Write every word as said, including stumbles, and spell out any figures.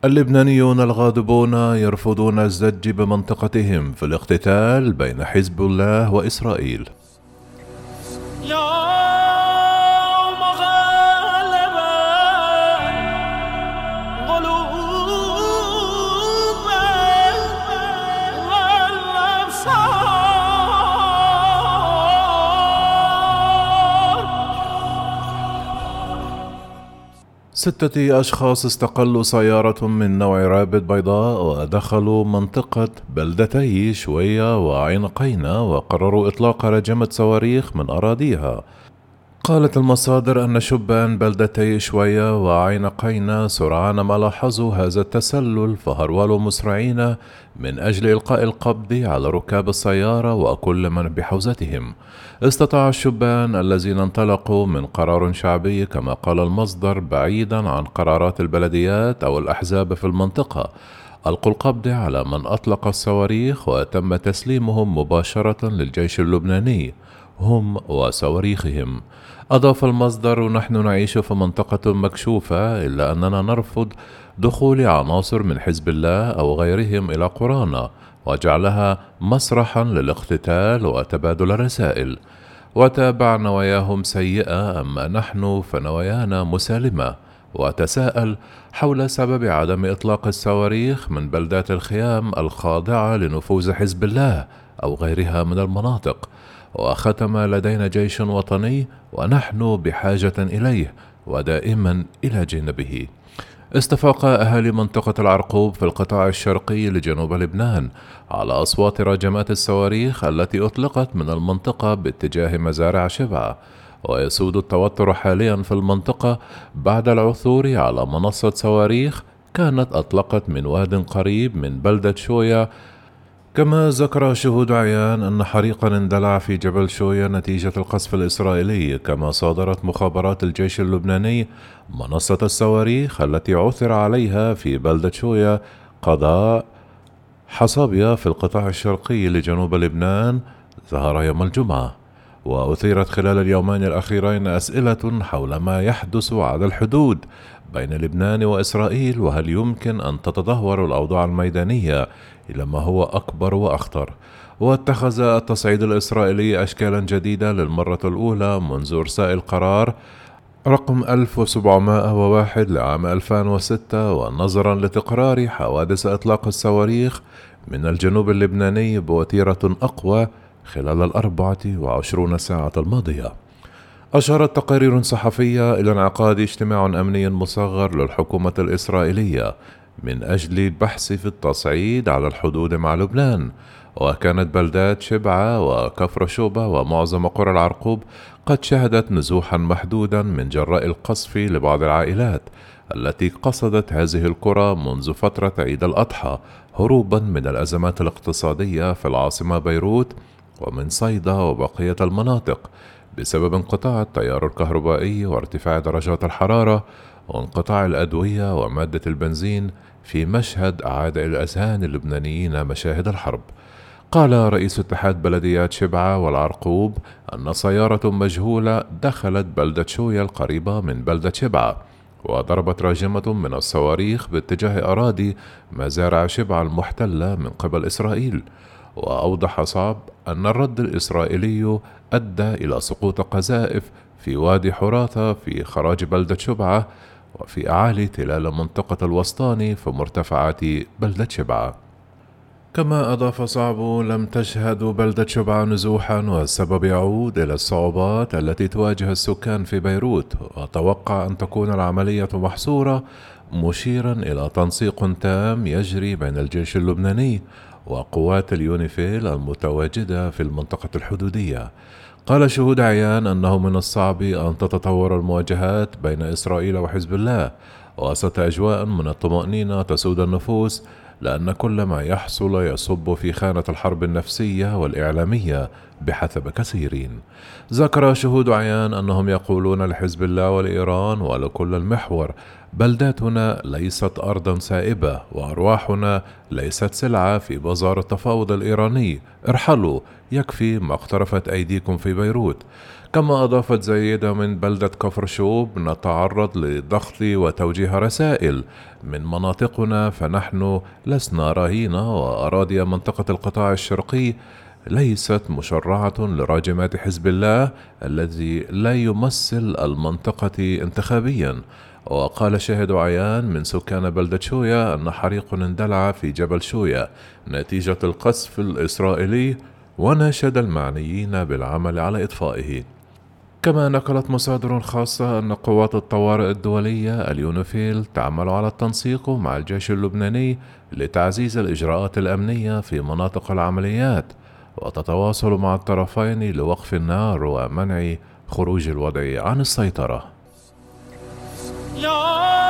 اللبنانيون الغاضبون يرفضون الزج بمنطقتهم في الاقتتال بين حزب الله وإسرائيل. يوم غلب غلوب ستة أشخاص استقلوا سيارة من نوع رابط بيضاء ودخلوا منطقة بلدتي شوية وعين قينة وقرروا إطلاق رجمة صواريخ من أراضيها. قالت المصادر أن شبان بلدتي شوية وعين قينة سرعان ما لاحظوا هذا التسلل فهرولوا مسرعين من أجل إلقاء القبض على ركاب السيارة وكل من بحوزتهم. استطاع الشبان الذين انطلقوا من قرار شعبي كما قال المصدر بعيدا عن قرارات البلديات أو الأحزاب في المنطقة ألقوا القبض على من أطلق الصواريخ وتم تسليمهم مباشرة للجيش اللبناني هم وصواريخهم. أضاف المصدر: نحن نعيش في منطقة مكشوفة إلا أننا نرفض دخول عناصر من حزب الله أو غيرهم إلى قرانا وجعلها مسرحا للاقتتال وتبادل الرسائل. وتابع: نواياهم سيئة أما نحن فنوايانا مسالمة. وتساءل حول سبب عدم إطلاق الصواريخ من بلدات الخيام الخاضعة لنفوذ حزب الله أو غيرها من المناطق. وختم: لدينا جيش وطني ونحن بحاجة إليه ودائما إلى جانبه. استفاق أهالي منطقة العرقوب في القطاع الشرقي لجنوب لبنان على أصوات رجمات الصواريخ التي أطلقت من المنطقة باتجاه مزارع شبعة. ويسود التوتر حاليا في المنطقة بعد العثور على منصة صواريخ كانت أطلقت من واد قريب من بلدة شوية. كما ذكر شهود عيان أن حريقا اندلع في جبل شوية نتيجة القصف الإسرائيلي. كما صادرت مخابرات الجيش اللبناني منصة الصواريخ التي عثر عليها في بلدة شوية قضاء حصابية في القطاع الشرقي لجنوب لبنان ظهر يوم الجمعة. وأثيرت خلال اليومين الأخيرين أسئلة حول ما يحدث على الحدود بين لبنان وإسرائيل وهل يمكن أن تتدهور الأوضاع الميدانية إلى ما هو أكبر وأخطر. واتخذ التصعيد الإسرائيلي أشكالا جديدة للمرة الأولى منذ إرساء القرار رقم ألف وسبعمائة وواحد لعام ألفين وستة ونظرا لتكرار حوادث إطلاق الصواريخ من الجنوب اللبناني بوتيرة أقوى خلال الأربعة وعشرون ساعة الماضية. أشارت تقارير صحفية إلى انعقاد اجتماع أمني مصغر للحكومة الإسرائيلية من أجل البحث في التصعيد على الحدود مع لبنان. وكانت بلدات شبعة وكفر شوبة ومعظم قرى العرقوب قد شهدت نزوحا محدودا من جراء القصف لبعض العائلات التي قصدت هذه القرى منذ فترة عيد الأضحى هروبا من الأزمات الاقتصادية في العاصمة بيروت ومن صيدا وبقية المناطق بسبب انقطاع التيار الكهربائي وارتفاع درجات الحرارة وانقطاع الأدوية ومادة البنزين في مشهد أعاد إلى الأذهان اللبنانيين مشاهد الحرب. قال رئيس اتحاد بلديات شبعة والعرقوب أن سيارة مجهولة دخلت بلدة شوية القريبة من بلدة شبعة وضربت راجمة من الصواريخ باتجاه أراضي مزارع شبعة المحتلة من قبل إسرائيل. وأوضح صعب أن الرد الإسرائيلي أدى إلى سقوط قذائف في وادي حراثة في خراج بلدة شبعة وفي أعالي تلال منطقة الوسطاني في مرتفعات بلدة شبعة. كما أضاف صعب: لم تشهد بلدة شبعة نزوحا والسبب يعود إلى الصعوبات التي تواجه السكان في بيروت. وتوقع أن تكون العملية محصورة مشيرا إلى تنسيق تام يجري بين الجيش اللبناني وقوات اليونيفيل المتواجدة في المنطقة الحدودية. قال شهود عيان أنه من الصعب أن تتطور المواجهات بين إسرائيل وحزب الله وسط أجواء من الطمأنينة تسود النفوس لأن كل ما يحصل يصب في خانة الحرب النفسية والإعلامية بحسب كثيرين. ذكر شهود عيان أنهم يقولون لحزب الله ولإيران ولكل المحور بلداتنا ليست أرضا سائبة، وأرواحنا ليست سلعة في بازار التفاوض الإيراني. ارحلوا، يكفي ما اقترفت أيديكم في بيروت. كما أضافت زيدة من بلدة كفر شوب: نتعرض لضغط وتوجيه رسائل من مناطقنا، فنحن لسنا رهينة، وأراضي منطقة القطاع الشرقي ليست مشرعة لراجمات حزب الله الذي لا يمثل المنطقة انتخابيا. وقال شاهد عيان من سكان بلدة شوية أن حريق اندلع في جبل شوية نتيجة القصف الإسرائيلي، وناشد المعنيين بالعمل على إطفائه. كما نقلت مصادر خاصة أن قوات الطوارئ الدولية اليونيفيل تعمل على التنسيق مع الجيش اللبناني لتعزيز الإجراءات الأمنية في مناطق العمليات، وتتواصل مع الطرفين لوقف النار ومنع خروج الوضع عن السيطرة. يا